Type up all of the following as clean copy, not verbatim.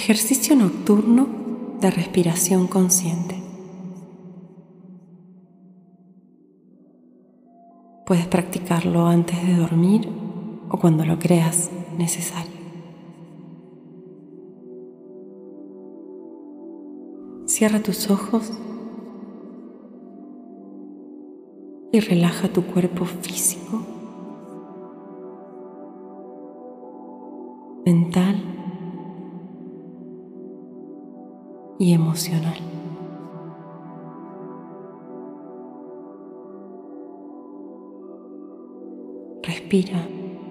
Ejercicio nocturno de respiración consciente. Puedes practicarlo antes de dormir o cuando lo creas necesario. Cierra tus ojos y relaja tu cuerpo físico, mental y emocional. Respira,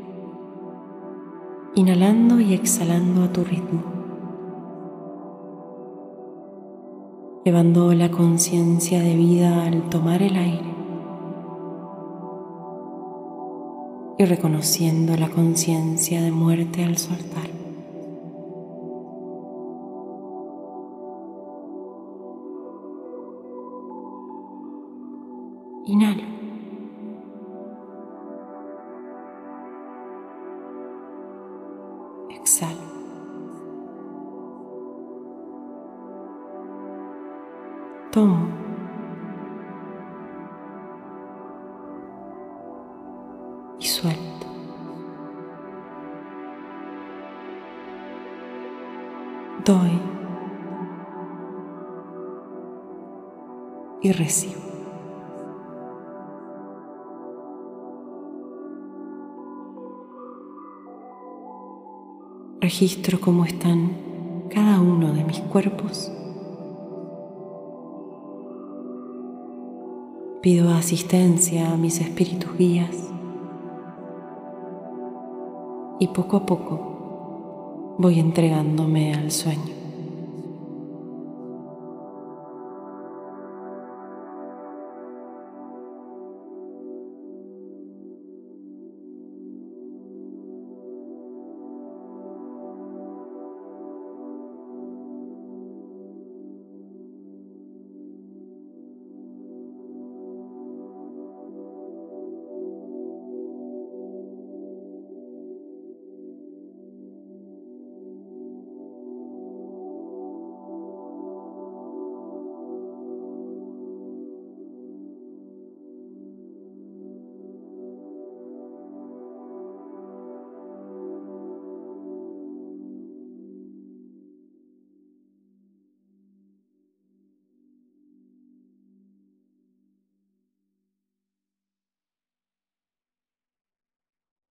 inhalando y exhalando a tu ritmo, llevando la conciencia de vida al tomar el aire y reconociendo la conciencia de muerte al soltar. Inhalo. Exhalo. Tomo. Y suelto. Doy. Y recibo. Registro cómo están cada uno de mis cuerpos. Pido asistencia a mis espíritus guías y poco a poco voy entregándome al sueño.